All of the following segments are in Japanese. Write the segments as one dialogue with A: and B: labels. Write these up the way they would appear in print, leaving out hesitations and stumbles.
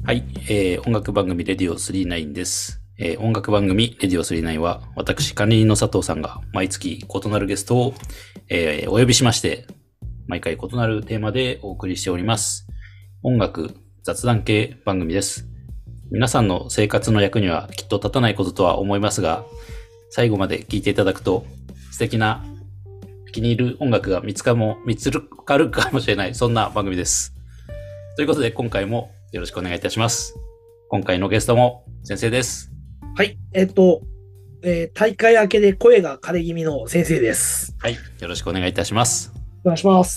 A: はい、音楽番組レディオ39です。音楽番組レディオ39は、私、管理人の佐藤さんが毎月異なるゲストを、お呼びしまして、毎回異なるテーマでお送りしております。音楽雑談系番組です。皆さんの生活の役にはきっと立たないこととは思いますが、最後まで聞いていただくと素敵な気に入る音楽が見つかるかもしれない、そんな番組です。ということで今回もよろしくお願いいたします。今回のゲストも先生です。
B: はい。大会明けで声が枯れ気味の先生です。
A: はい。よろしくお願いいたします。
B: お願いします。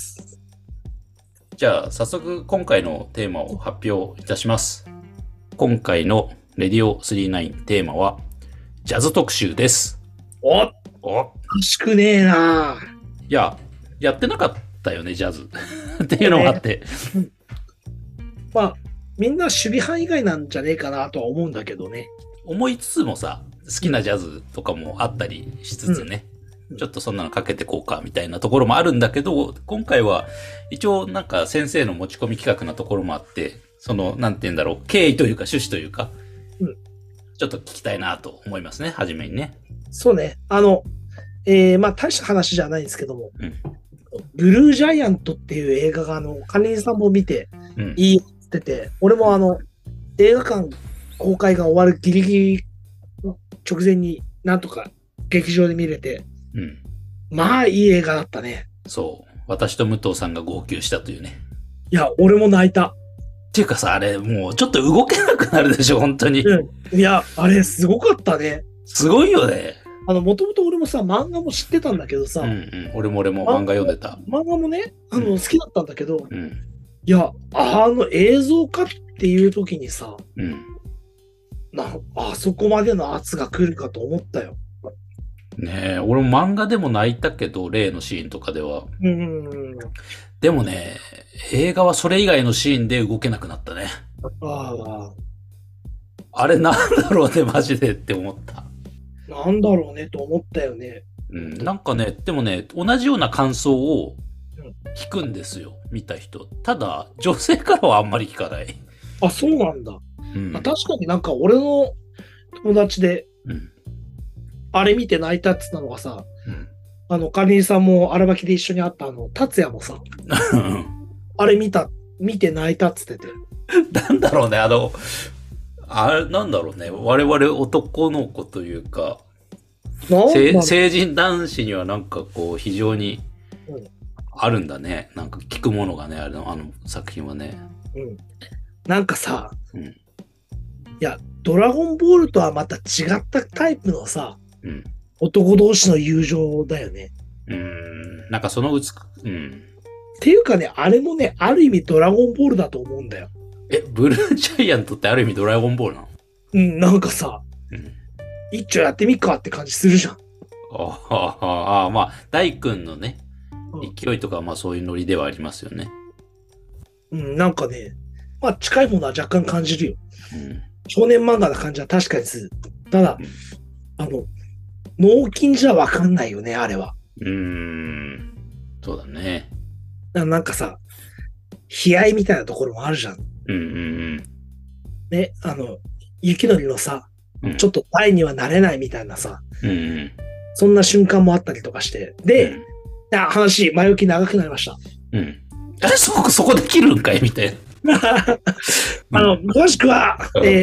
A: じゃあ、早速今回のテーマを発表いたします。今回のレディオ39テーマは、ジャズ特集です。
B: おらしくねえな。
A: いや、やってなかったよね、ジャズ。っていうのもあって。
B: まあ、みんな守備範囲外なんじゃねえかなとは思うんだけどね。
A: 思いつつもさ、好きなジャズとかもあったりしつつね、ちょっとそんなのかけてこうかみたいなところもあるんだけど、今回は一応なんか先生の持ち込み企画なところもあって、その、なんて言うんだろう、経緯というか趣旨というか、ちょっと聞きたいなと思いますね、初めにね。
B: そうね。まあ、大した話じゃないんですけども、ブルージャイアントっていう映画が、管理人さんも見て、いいよって言ってて、俺も映画館公開が終わるギリギリ直前になんとか劇場で見れて、まあいい映画だったね。
A: そう。私と武藤さんが号泣したというね。
B: いや、俺も泣いた。
A: っていうかさ、あれもうちょっと動けなくなるでしょ、本当に。
B: いや、あれすごかったね。
A: すごいよね。
B: もともと俺もさ、漫画も知ってたんだけどさ。
A: 俺も漫画読んでた。
B: 漫画もね、好きだったんだけど、いや、映像化っていう時にさ、あそこまでの圧が来るかと思ったよ。
A: ねえ、俺も漫画でも泣いたけど、例のシーンとかでは。でもね、映画はそれ以外のシーンで動けなくなったね。あれなんだろうね、マジでって思った。
B: なんだろうねと思ったよね。
A: なんかね、でもね、同じような感想を聞くんですよ、見た人。ただ、女性からはあんまり聞かない。
B: あ、そうなんだ。確かになんか俺の友達で、あれ見て泣いたって言ったのがさ、管理人さんも荒牧で一緒に会った達也もさ、あれ見て泣いたって言ってて。
A: なんだろうね、なんだろうね、我々男の子というか、成人男子にはなんかこう非常にあるんだね。なんか聞くものがね、あの作品はね。
B: なんかさ、いや、ドラゴンボールとはまた違ったタイプのさ、男同士の友情だよね。
A: なんかその
B: っていうかね、あれもね、ある意味ドラゴンボールだと思うんだよ。
A: ブルージャイアントってある意味ドラゴンボールなの？
B: なんかさ、一丁やってみっかって感じするじゃん。
A: まあ、大君のね、勢いとかまあそういうノリではありますよね。
B: なんかね、まあ近いものは若干感じるよ。少年漫画な感じは確かにする。ただ、脳筋じゃわかんないよね、あれは。
A: そうだね。
B: なんかさ、悲哀みたいなところもあるじゃん。ね、雪のりのさ、ちょっと大にはなれないみたいなさ、そんな瞬間もあったりとかして。で、話、前置き長くなりました。
A: そこで切るんかいみたいな。
B: 詳しくは、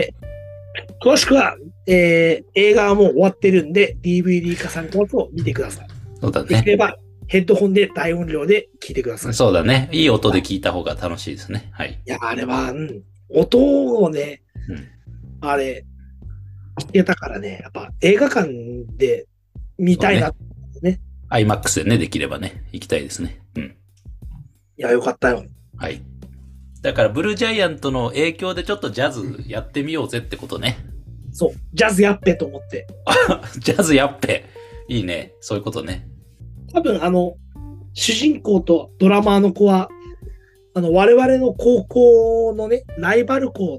B: 映画はもう終わってるんで、DVD 化されたやつを見てください。
A: そうだね。
B: できれば、ヘッドホンで大音量で聞いてください。
A: そうだね。いい音で聞いた方が楽しいですね。はい。
B: いや、あれは、音をね、あれ、聞けたからね、やっぱ映画館で見たいなね。
A: IMAX でね、できればね、行きたいですね。
B: いや、よかったよ。
A: はい。だから、ブルージャイアントの影響でちょっとジャズやってみようぜってことね。
B: そう。ジャズやっぺと思って。
A: ジャズやっぺ。いいね。そういうことね。
B: 多分、主人公とドラマーの子は、我々の高校のね、ライバル校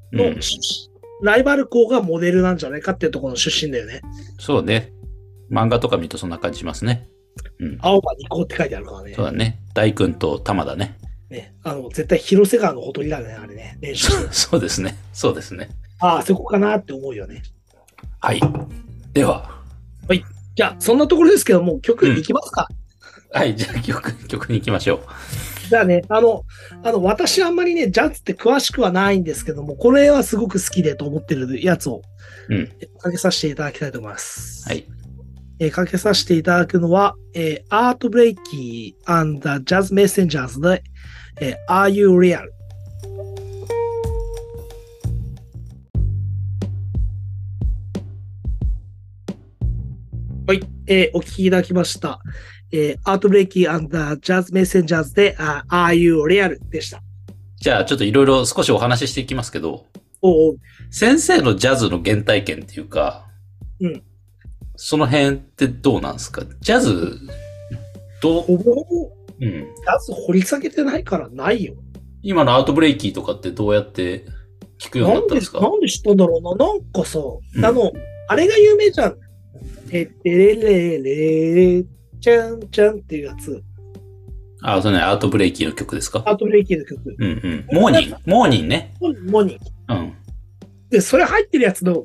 B: がモデルなんじゃないかっていうところの出身だよね。
A: そうね。漫画とか見るとそんな感じしますね。
B: 青葉二校って書いてあるからね。
A: そうだね。大君と玉だね。
B: ね、絶対広瀬川のほとりだね、あれね、練習して。
A: そうですね。そうですね。
B: ああ、そこかなって思うよね。
A: はい。では。
B: はい。じゃあ、そんなところですけども、曲いきますか、
A: はい、じゃあ曲に行きましょう。
B: じゃあね、私あんまりね、ジャズって詳しくはないんですけども、これはすごく好きでと思ってるやつを、かけさせていただきたいと思います。
A: はい。
B: かけさせていただくのは、アートブレイキー and the Jazz Messengers で、Are You Real？ はい、お聞きいただきました。アートブレイキー and the Jazz Messengers で、Are You Real？ でした。
A: じゃあちょっといろいろ少しお話ししていきますけど、先生のジャズの原体験っていうか、その辺ってどうなんですか？ジャズ、
B: ほぼほぼ、ジャズ掘り下げてないからないよ。
A: 今のアートブレイキーとかってどうやって聞くようになったんですか？
B: なんで知ったんだろうな。なんかさ、あれが有名じゃん。てってれれれちゃんちゃんっていうやつ。
A: あ、それね、アートブレイキーの曲ですか？
B: アートブレイキーの曲。
A: モーニンね。
B: モーニン。で、それ入ってるやつの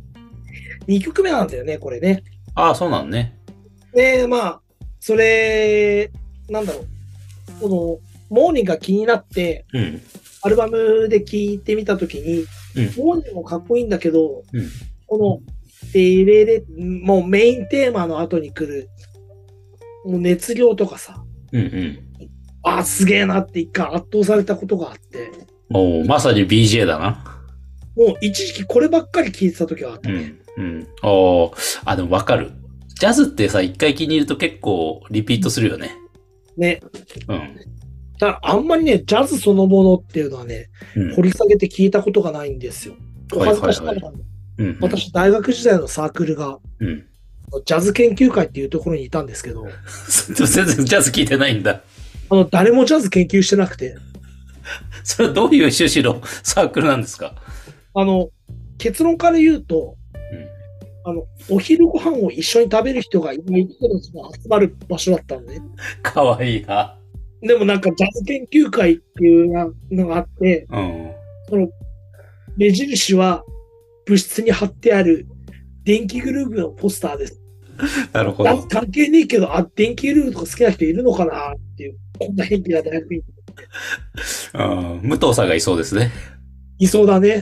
B: 2曲目なんだよね、これね。
A: ああ、そうなんね。
B: で、まあ、それ、なんだろう。この、モーニンが気になって、アルバムで聴いてみたときに、モーニンもかっこいいんだけど、この、もうメインテーマの後に来る、もう熱量とかさ、すげえなって一回圧倒されたことがあって。
A: もうまさに BJ だな。
B: もう一時期こればっかり聴いてた時があったね。
A: でもわかる。ジャズってさ、一回気に入ると結構リピートするよね。
B: ね。だからあんまりね、ジャズそのものっていうのはね、掘り下げて聞いたことがないんですよ。お恥ずかしながら。私、大学時代のサークルが、ジャズ研究会っていうところにいたんですけど。
A: 全然ジャズ聞いてないんだ。
B: 誰もジャズ研究してなくて。
A: それはどういう趣旨のサークルなんですか？
B: 結論から言うと、お昼ご飯を一緒に食べる人がいない人たちが集まる場所だったのね。
A: かわいいな。
B: でもなんかジャズ研究会っていうのがあって、その目印は部室に貼ってある電気グルーヴのポスターです。
A: なるほど。
B: 関係ねえけど、電気グルーヴとか好きな人いるのかなっていう、こんな変気な大学院。
A: 武藤さんがいそうですね。
B: いそうだね。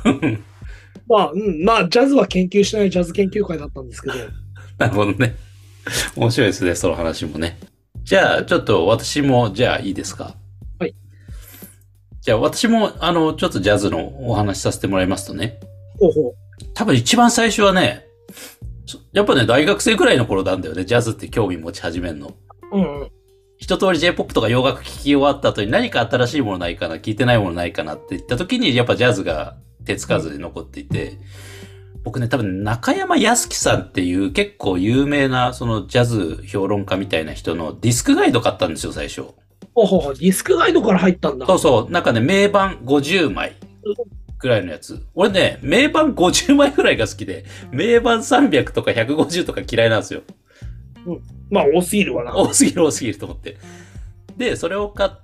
B: まあ、ジャズは研究しないジャズ研究会だったんですけど。
A: なるほどね。面白いですね、その話もね。じゃあ、ちょっと私も、じゃあいいですか？
B: はい。
A: じゃあ私も、ちょっとジャズのお話しさせてもらいますとね。多分一番最初はね、やっぱね、大学生くらいの頃なんだよね、ジャズって興味持ち始めるの。一通り J-POP とか洋楽聴き終わった後に何か新しいものないかな、聴いてないものないかなって言った時に、やっぱジャズが手つかずで残っていて、僕ね、多分中山康樹さんっていう結構有名なそのジャズ評論家みたいな人のディスクガイド買ったんですよ、最初。
B: ディスクガイドから入ったんだ。
A: そうそう。なんかね、名盤50枚くらいのやつ。俺ね、名盤50枚くらいが好きで、名盤300とか150とか嫌いなんですよ。
B: まあ、多すぎるわな。
A: 多すぎると思って。で、それを買って、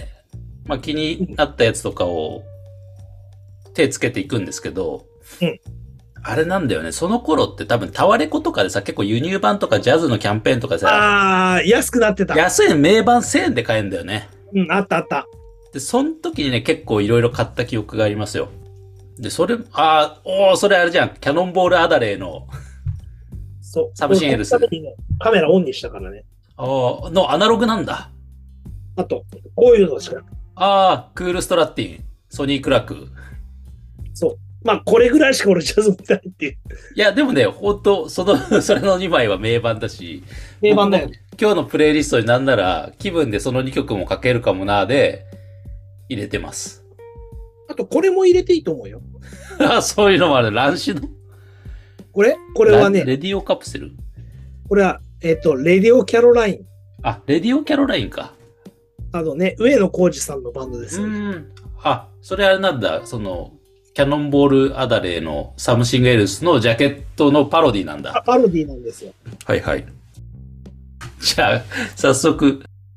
A: まあ気になったやつとかを手つけていくんですけど、あれなんだよね。その頃って多分タワレコとかでさ、結構輸入版とかジャズのキャンペーンとかさ、
B: 安くなってた。
A: 安い名盤1000円で買えるんだよね。
B: あった。
A: で、その時にね、結構いろいろ買った記憶がありますよ。で、それ、それあれじゃん。キャノンボールアダレーの、サムシンエルス。
B: カメラオンにしたからね。
A: のアナログなんだ。
B: あと、こういうのしか。
A: クールストラッティン、ソニークラック。
B: そう。まあ、これぐらいしか俺ジャズ持ってないっていう。
A: いや、でもね、ほんと、それの2枚は名盤だし。
B: 名盤だよ。
A: 今日のプレイリストになんなら、気分でその2曲もかけるかもなーで、入れてます。
B: あと、これも入れていいと思うよ。
A: そういうのもある。乱視の
B: これはね。
A: レディオカプセル？
B: これは、レディオキャロライン。
A: レディオキャロラインか。
B: 上野浩二さんのバンドですよね。
A: それあれなんだ。その、キャノンボールアダレーのサムシングエルスのジャケットのパロディなんだ。
B: パロディなんですよ。
A: はいはい。じゃあ、早速、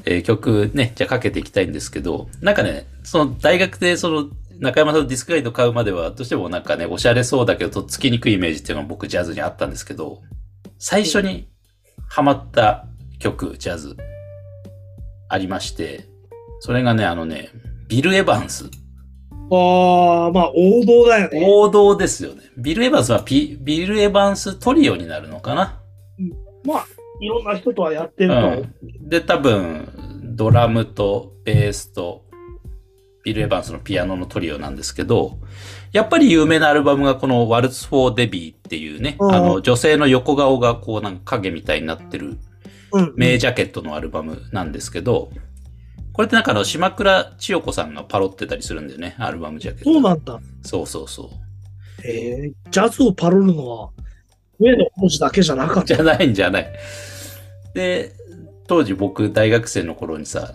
A: 曲ね、じゃあかけていきたいんですけど、なんかね、その大学でその中山さんのディスクガイド買うまでは、どうしてもなんかね、おしゃれそうだけど、とっつきにくいイメージっていうのが僕ジャズにあったんですけど、最初にハマった曲、ジャズ、ありまして、それがね、ビル・エヴァンス。
B: ああ、まあ王道だよね。
A: 王道ですよね。ビル・エヴァンスはビル・エヴァンストリオになるのかな。
B: まあ、いろんな人とはやってると。
A: で、多分、ドラムとベースとビル・エヴァンスのピアノのトリオなんですけど、やっぱり有名なアルバムがこのワルツ・フォー・デビーっていうね、女性の横顔がこうなんか影みたいになってる名ジャケットのアルバムなんですけど、これってなんか島倉千代子さんがパロってたりするんだよね、アルバムジャケット。
B: そうなんだ。
A: そうそうそう。
B: ジャズをパロるのは、上野浩二だけじゃなかった。
A: じゃないんじゃない。で、当時僕大学生の頃にさ、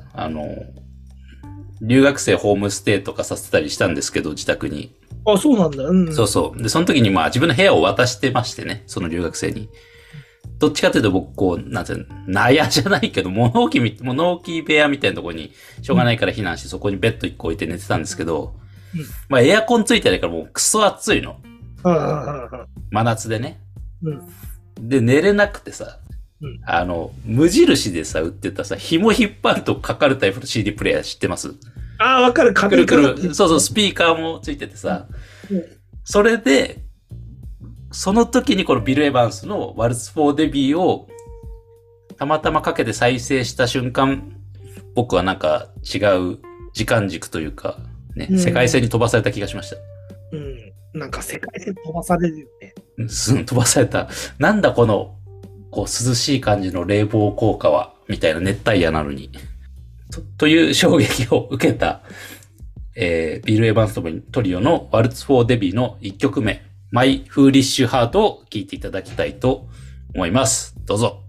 A: 留学生ホームステイとかさせたりしたんですけど、自宅に。
B: あ、そうなんだ。うん。
A: そうそう。で、その時にまあ自分の部屋を渡してましてね、その留学生に。どっちかというと僕こう、なんていうの、納屋じゃないけど、物置部屋みたいなところにしょうがないから避難して、そこにベッド1個置いて寝てたんですけど、まあエアコンついてないからもうクソ暑いの。真夏でね。で、寝れなくてさ、無印でさ、売ってたさ、紐引っ張るとかかるタイプの CD プレイヤー知ってます？
B: ああ、わかる。
A: くるくる。そうそう、スピーカーもついててさ、それで、その時にこのビル・エヴァンスのワルツ・フォー・デビーをたまたまかけて再生した瞬間、僕はなんか違う時間軸というか、ね、世界線に飛ばされた気がしました。
B: なんか世界線飛ばされるよね。
A: 飛ばされた。なんだこの、こう涼しい感じの冷房効果は、みたいな熱帯夜なのに。という衝撃を受けた、ビル・エヴァンストリオのワルツ・フォー・デビーの1曲目、マイ・フーリッシュ・ハートを聴いていただきたいと思います。どうぞ。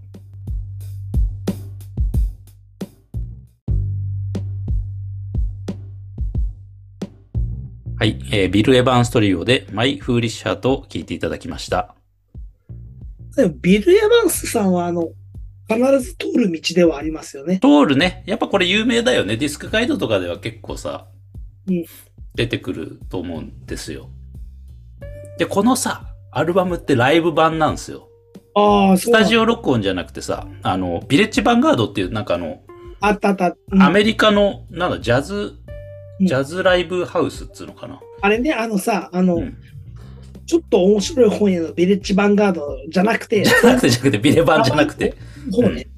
A: はい、ビル・エヴァンストリオでマイ・フーリッシュ・ハートを聴いていただきました。
B: でもビル・エヴァンスさんは必ず通る道ではありますよね。
A: 通るね。やっぱこれ有名だよね。ディスクガイドとかでは結構さ、出てくると思うんですよ。で、このさ、アルバムってライブ版なんですよ。
B: ああ、
A: スタジオ録音じゃなくてさ、ビレッジヴァンガードっていう、なんか
B: あったあった。
A: アメリカの、なんだ、ジャズライブハウスっつうのかな。
B: あれね、ちょっと面白い本屋のビレッジヴァンガードじゃなくて、
A: ビレバンじゃなくて。
B: そうね。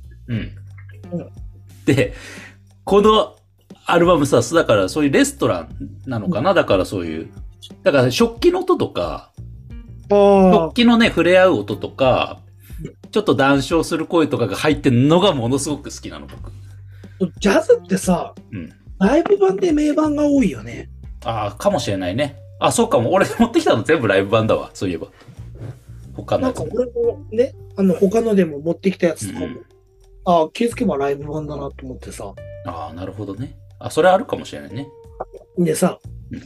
A: で、このアルバムさ、だからそういうレストランなのかな、だからそういう。だから食器の音とか、食器のね、触れ合う音とか、ちょっと談笑する声とかが入ってるのがものすごく好きなの、僕。
B: ジャズってさ、ライブ版で名盤が多いよね。
A: ああ、かもしれないね。あ、そうかも。俺持ってきたの全部ライブ版だわ、そういえば。他のやつ。
B: なんか俺もね、他のでも持ってきたやつとかも、気づけばライブ版だなと思ってさ。
A: ああ、なるほどね。あ、それあるかもしれないね。
B: でさ、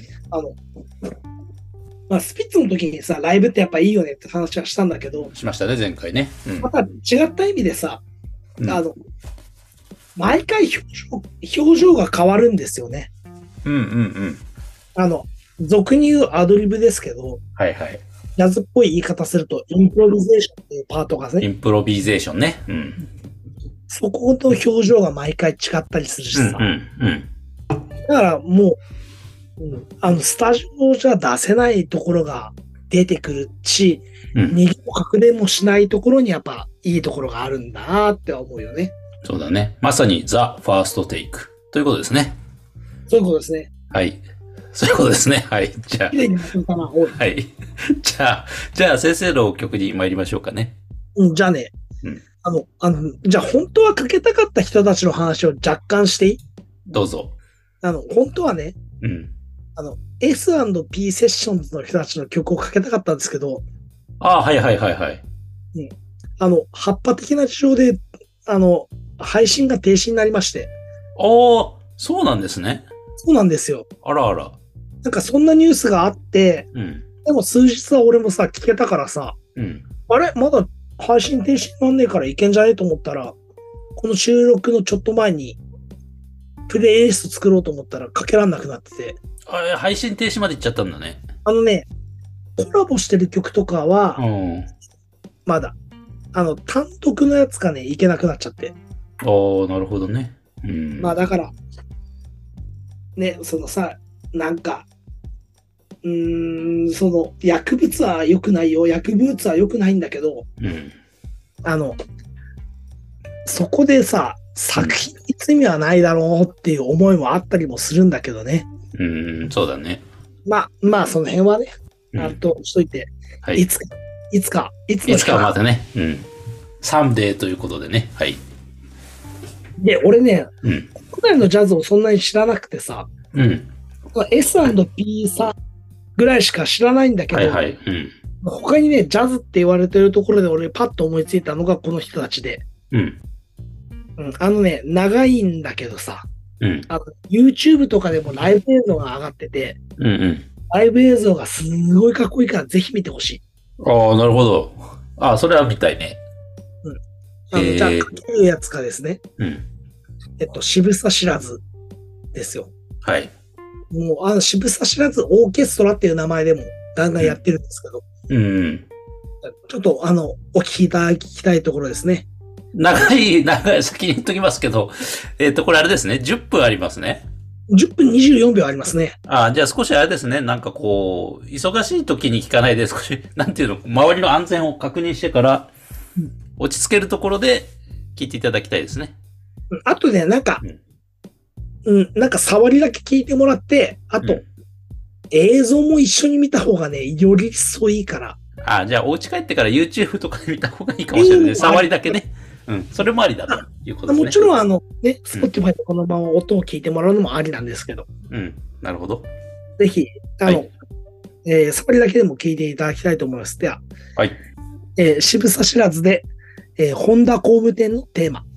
B: スピッツの時にさ、ライブってやっぱいいよねって話はしたんだけど、
A: しましたね、前回ね。
B: また違った意味でさ、毎回表情が変わるんですよね。俗に言うアドリブですけど、
A: はいはい。
B: ジャズっぽい言い方すると、インプロビゼーションっていうパートがね。
A: インプロビゼーションね。
B: そこの表情が毎回違ったりするしさ。だからもう、スタジオじゃ出せないところが出てくるし、逃げも隠れもしないところにやっぱいいところがあるんだなって思うよね。
A: そうだね。まさにザ・ファーストテイクということですね。
B: そういうことですね。
A: はい。そういうことですね。はい。じゃあ。はい。じゃあ先生の曲に参りましょうかね。
B: じゃあね。じゃあ本当はかけたかった人たちの話を若干していい？
A: どうぞ。
B: 本当はね。S&P セッションズの人たちの曲をかけたかったんですけど。
A: ああ、はいはいはいはい。
B: 葉っぱ的な事情で、配信が停止になりまして。
A: ああ、そうなんですね。
B: そうなんですよ。
A: あらあら。
B: なんかそんなニュースがあって、でも数日は俺もさ、聞けたからさ、あれまだ配信停止になんねえからいけんじゃねえと思ったら、この収録のちょっと前に、 プレイリスト作ろうと思ったらかけらんなくなってて。
A: 配信停止まで行っちゃったんだね。
B: コラボしてる曲とかは、まだ、単独のやつがね、いけなくなっちゃって。
A: なるほどね。
B: まあだから、ね、そのさ、なんか、その、薬物は良くないよ。薬物は良くないんだけど、そこでさ、作品に罪はないだろうっていう思いもあったりもするんだけどね。
A: そうだね。
B: まあ、その辺はね、としといて、はい、いつか
A: はまたね、サンデーということでね、はい。
B: で、俺ね、国内のジャズをそんなに知らなくてさ、S&P さんぐらいしか知らないんだけど、他にね、ジャズって言われてるところで俺パッと思いついたのがこの人たちで、長いんだけどさ、YouTube とかでもライブ映像が上がってて、ライブ映像がすごいかっこいいからぜひ見てほしい。
A: なるほど。それは見たいね。
B: じゃあ、かけるやつかですね。渋さ知らずですよ。
A: はい。
B: もう、渋さ知らずオーケストラっていう名前でもガンガンやってるんですけど。ちょっと、お聞きいただきたいところですね。
A: 長い、先に言っときますけど、これあれですね、10分ありますね。
B: 10分24秒ありますね。
A: じゃあ少しあれですね、なんかこう、忙しい時に聞かないで少し、なんていうの、周りの安全を確認してから、落ち着けるところで聞いていただきたいですね。
B: あとね、なんか、なんか触りだけ聞いてもらって、あと、映像も一緒に見た方がね、より一層いいから。
A: じゃあお家帰ってから YouTube とかで見た方がいいかもしれない。触りだけね。それもありだということですね。
B: もちろんSpotify でこのまま音を聞いてもらうのもありなんですけど。
A: なるほど。
B: ぜひ、触りだけでも聞いていただきたいと思います。では、渋さ知らずで、本田工務店のテーマ。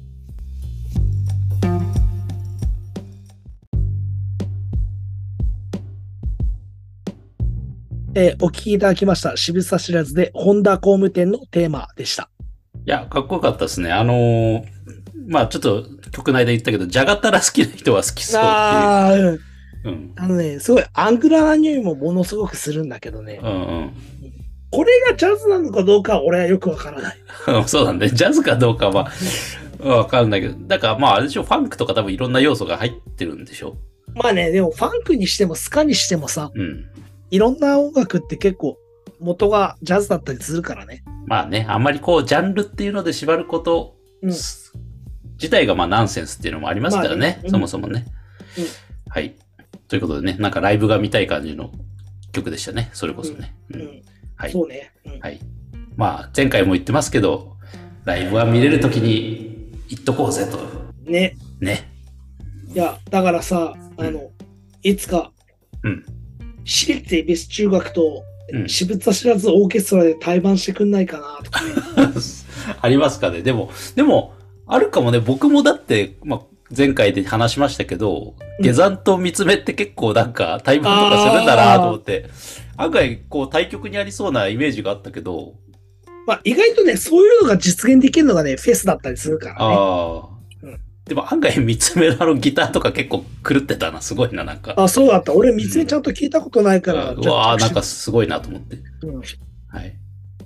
B: お聞きいただきました。渋さ知らずで、本田工務店のテーマでした。
A: いや、かっこよかったですね。まあちょっと曲内で言ったけど、ジャガタラ好きな人は好きそうって
B: いう。すごいアングラな匂いもものすごくするんだけどね。これがジャズなのかどうかは俺はよくわからない。
A: そうなんだね。ジャズかどうかはわかんないけど。だからまああれでしょ、ファンクとか多分いろんな要素が入ってるんでしょ。
B: まあね、でもファンクにしてもスカにしてもさ、いろんな音楽って結構元がジャズだったりするからね。
A: まあね、あんまりこう、ジャンルっていうので縛ること自体がまあナンセンスっていうのもありますからね、そもそもね。はい。ということでね、なんかライブが見たい感じの曲でしたね、それこそね。はい。
B: そうね。
A: はい。まあ、前回も言ってますけど、ライブは見れるときに行っとこうぜと。
B: ね。いや、だからさ、いつか、私立恵比寿中学と、渋田知らずオーケストラで対バンしてくんないかなとかね。
A: ありますかね。でも、あるかもね。僕もだって、まあ、前回で話しましたけど、下山と三つ目って結構なんか対バンとかするんだなと思って、案外こう対局にありそうなイメージがあったけど。
B: まあ意外とね、そういうのが実現できるのがね、フェスだったりするからね。
A: でも案外三つ目のギターとか結構狂ってたな。すごいな、なんか。
B: そうだった。俺三つ目ちゃんと聞いたことないから。
A: うわー、なんかすごいなと思って。はい。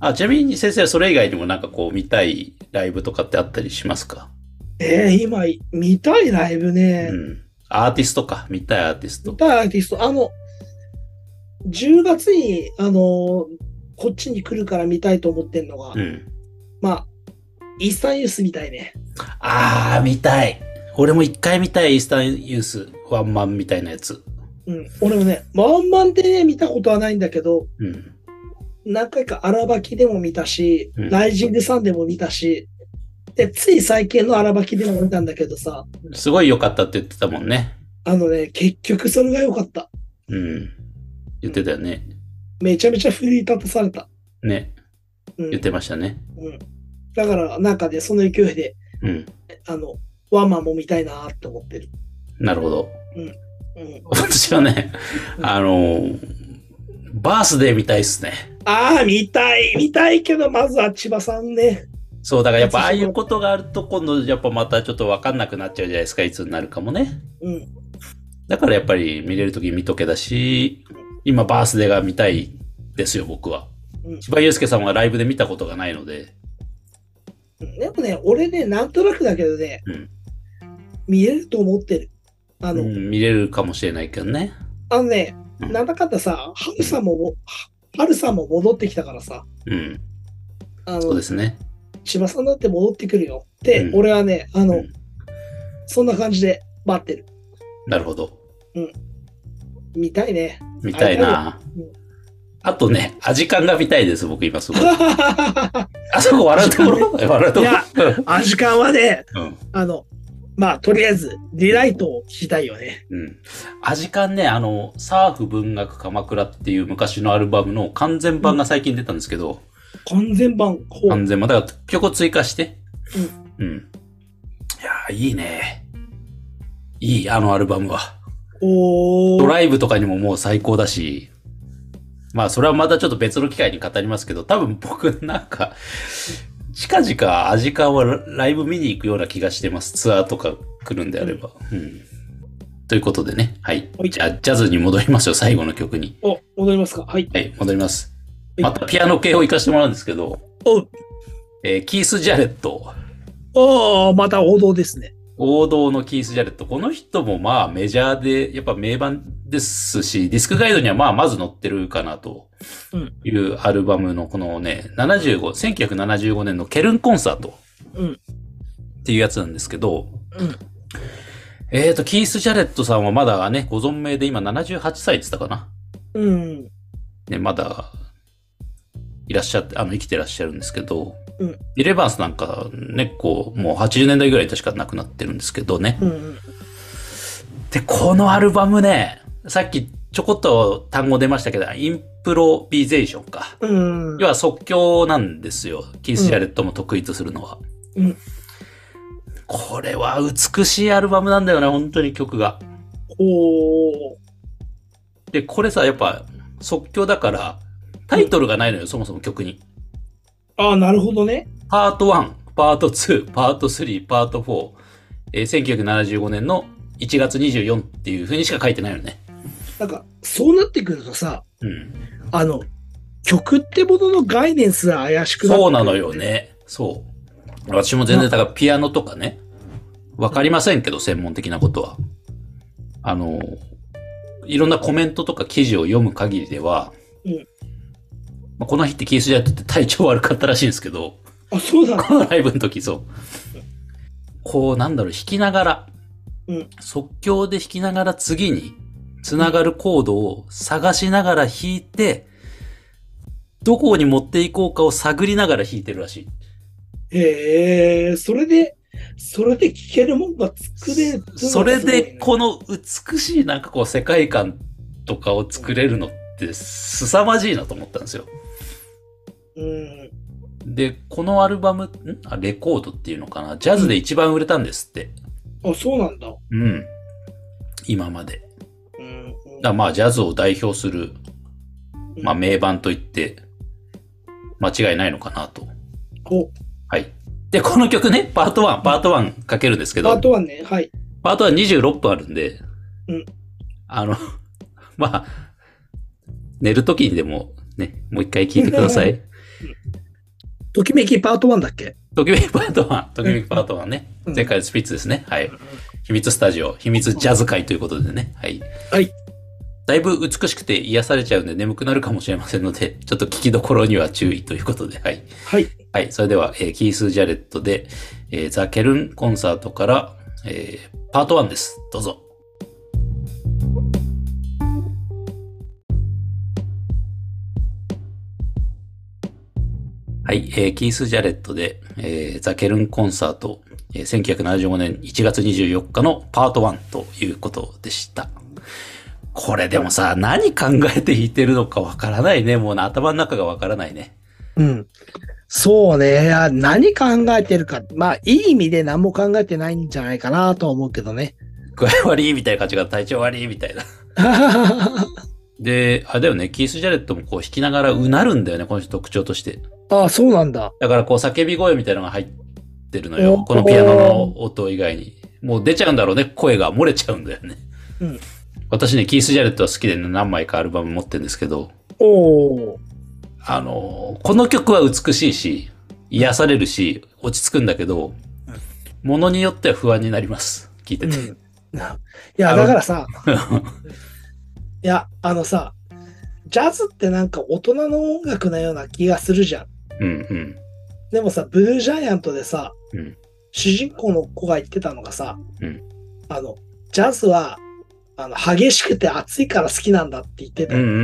A: ちなみに先生はそれ以外にもなんかこう見たいライブとかってあったりしますか？
B: 今見たいライブね。
A: アーティストか。見たいアーティスト。
B: 見たいアーティスト。10月に、こっちに来るから見たいと思ってんのが、まあ、イースタンユースみたいね。
A: 見たい。俺も一回見たい、イースタンユース。ワンマンみたいなやつ。
B: 俺もね、ワンマンでね、見たことはないんだけど、何回か荒ばきでも見たし、ライジングサンでも見たし、で、つい最近の荒ばきでも見たんだけどさ。
A: すごい良かったって言ってたもんね。
B: 結局それが良かった。
A: 言ってたよね。
B: めちゃめちゃ奮い立たされた。
A: ね。言ってましたね。
B: だから、なんかね、その勢いで、ワンマンも見たいなって思ってる。
A: なるほど。私はね、バースデー見たいっすね。
B: 見たいけど、まずは千葉さんね。
A: そう、だからやっぱああいうことがあると、今度やっぱまたちょっとわかんなくなっちゃうじゃないですか、いつになるかもね。
B: うん。
A: だからやっぱり見れるとき見とけだし、今バースデーが見たいですよ、僕は。千葉祐介さんはライブで見たことがないので。
B: でもね、俺ね、なんとなくだけどね、見れると思ってる。
A: 見れるかもしれないけどね。
B: なんだかんださ、ハルさんも戻ってきたからさ。
A: そうですね。
B: 千葉さんだって戻ってくるよって、俺はね、そんな感じで待ってる。
A: なるほど。
B: 見たいね。
A: 見たいな。あとね、アジカンが見たいです、僕今すごい。あそこ笑うところ笑うところ。いや、
B: アジカンはね、まあ、とりあえず、リライトを聞きたいよね。
A: アジカンね、サーフ文学鎌倉っていう昔のアルバムの完全版が最近出たんですけど。
B: 完全版
A: 完全版。だから曲を追加して。いやー、いいね。いい、アルバムは。ドライブとかにももう最高だし。まあ、それはまたちょっと別の機会に語りますけど、多分僕なんか、近々アジカンはライブ見に行くような気がしてます。ツアーとか来るんであれば。ということでね。はい。じゃあ、ジャズに戻りますよ、最後の曲に。
B: 戻りますか。はい。
A: はい、戻ります。またピアノ系を活かしてもらうんですけど、キース・ジャレット。
B: また王道ですね。
A: 王道のキース・ジャレット。この人もまあメジャーで、やっぱ名盤ですし、ディスクガイドにはまず載ってるかなというアルバムのこのね、1975年のケルンコンサートっていうやつなんですけど、キース・ジャレットさんはまだね、ご存命で今78歳って言ったかな。ね、まだいらっしゃって、生きてらっしゃるんですけど、ビル・エヴァンスなんかね、こう、もう80年代ぐらい確か亡くなってるんですけどね。で、このアルバムね、さっきちょこっと単語出ましたけど、インプロビゼーションか。要は即興なんですよ。キース・ジャレットも得意とするのは。これは美しいアルバムなんだよね、本当に曲が。で、これさ、やっぱ即興だから、タイトルがないのよ、そもそも曲に。
B: なるほどね。
A: パート1、パート2、パート3、パート4、1975年の1月24っていう風にしか書いてないよね。
B: なんか、そうなってくるとさ、曲ってものの概念すら怪しくなってくる。
A: そうなのよね。そう。私も全然、だからピアノとかね、わかりませんけど、専門的なことは。いろんなコメントとか記事を読む限りでは、この日ってキース・ジャレットって体調悪かったらしいんですけど、
B: そうだ。
A: このライブの時、そう。こう、弾きながら、即興で弾きながら次に繋がるコードを探しながら弾いて、どこに持っていこうかを探りながら弾いてるらし
B: い。それで聴けるもんが作れる、
A: それで、この美しいなんかこう世界観とかを作れるのって凄まじいなと思ったんですよ。で、このアルバム、レコードっていうのかな、ジャズで一番売れたんですって。
B: そうなんだ。
A: 今まで。まあ、ジャズを代表する、まあ、名盤と言って、間違いないのかなと。はい。で、この曲ね、パート1かけるんですけど。
B: パート1ね、はい。
A: パート1 26分あるんで、まあ、寝るときにでもね、もう一回聴いてください。
B: ときめきパート1だっけ？
A: ときめきパート1ね。前回のスピッツですね。はい。秘密スタジオ、秘密ジャズ会ということでね。はい。
B: はい。
A: だいぶ美しくて癒されちゃうんで眠くなるかもしれませんので、ちょっと聞きどころには注意ということで、はい。
B: はい。
A: はい。それでは、キース・ジャレットで、ザ・ケルンコンサートから、パート1です。どうぞ。はい。キース・ジャレットで、ザ・ケルンコンサート、1975年1月24日のパート1ということでした。これでもさ、何考えて弾いてるのかわからないね。もう頭の中がわからないね。
B: そうね。何考えてるか。まあ、いい意味で何も考えてないんじゃないかなと思うけどね。
A: 具合悪いみたいな感じが体調悪いみたいな。 で、あれだよね、キース・ジャレットもこう弾きながらうなるんだよね、この人特徴として。
B: ああ、そうなんだ。
A: だからこう叫び声みたいなのが入ってるのよ。このピアノの音以外に。もう出ちゃうんだろうね、声が漏れちゃうんだよね。
B: うん。
A: 私ね、キース・ジャレットは好きで、ね、何枚かアルバム持ってるんですけど、
B: こ
A: の曲は美しいし、癒されるし、落ち着くんだけど、ものによっては不安になります。聞いてて。い
B: や、だからさ、いや、さ、ジャズってなんか大人の音楽なような気がするじゃん。
A: うんうん。
B: でもさ、ブルージャイアントでさ、
A: うん、
B: 主人公の子が言ってたのがさ、
A: うん、
B: ジャズは、激しくて熱いから好きなんだって言ってた。
A: うんうんうん。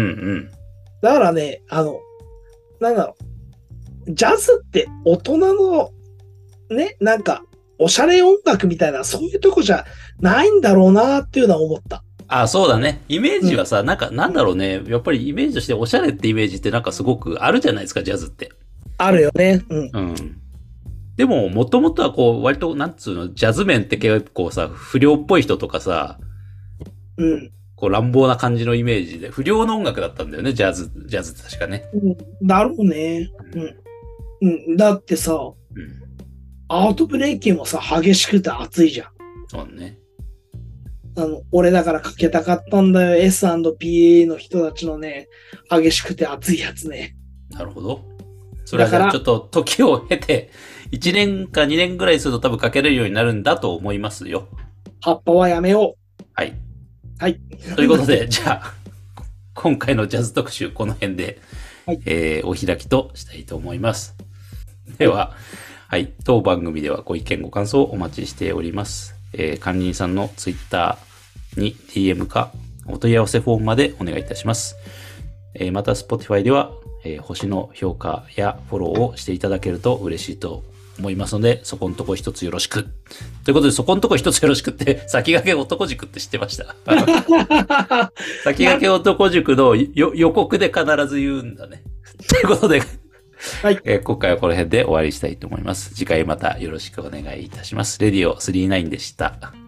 B: だからね、なんだろう、ジャズって大人の、ね、なんか、おしゃれ音楽みたいな、そういうとこじゃないんだろうなっていうのは思った。
A: あ、そうだね。イメージはさ、なんか、なんだろうね。やっぱりイメージとしておしゃれってイメージってなんかすごくあるじゃないですか、ジャズって。
B: あるよね。うん。
A: うん。でも、もともとはこう、割と、なんつうの、ジャズ面って結構さ、不良っぽい人とかさ、
B: うん。
A: こう乱暴な感じのイメージで、不良の音楽だったんだよね、ジャズって確かね。
B: うん、だろうね。うん。うん。だってさ、
A: うん、
B: アートブレイキンもさ、激しくて熱いじゃん。
A: そうね。
B: 俺だからかけたかったんだよ。S&P の人たちのね、激しくて熱いやつね。
A: なるほど。それはじゃあちょっと時を経て、1年か2年ぐらいすると多分かけれるようになるんだと思いますよ。
B: 葉っぱはやめよう。
A: はい。
B: はい。
A: ということで、じゃあ、今回のジャズ特集、この辺で、
B: はい、
A: お開きとしたいと思います。では、はい。当番組ではご意見ご感想をお待ちしております。管理人さんのツイッターに DM かお問い合わせフォームまでお願いいたします。また Spotify では、星の評価やフォローをしていただけると嬉しいと思いますので、そこのとこ一つよろしく。ということで、そこのとこ一つよろしくって、先駆け男塾って知ってました先駆け男塾の予告で必ず言うんだね。ということで、
B: はい、
A: 今回はこの辺で終わりにしたいと思います。次回またよろしくお願いいたします。レディオ39でした。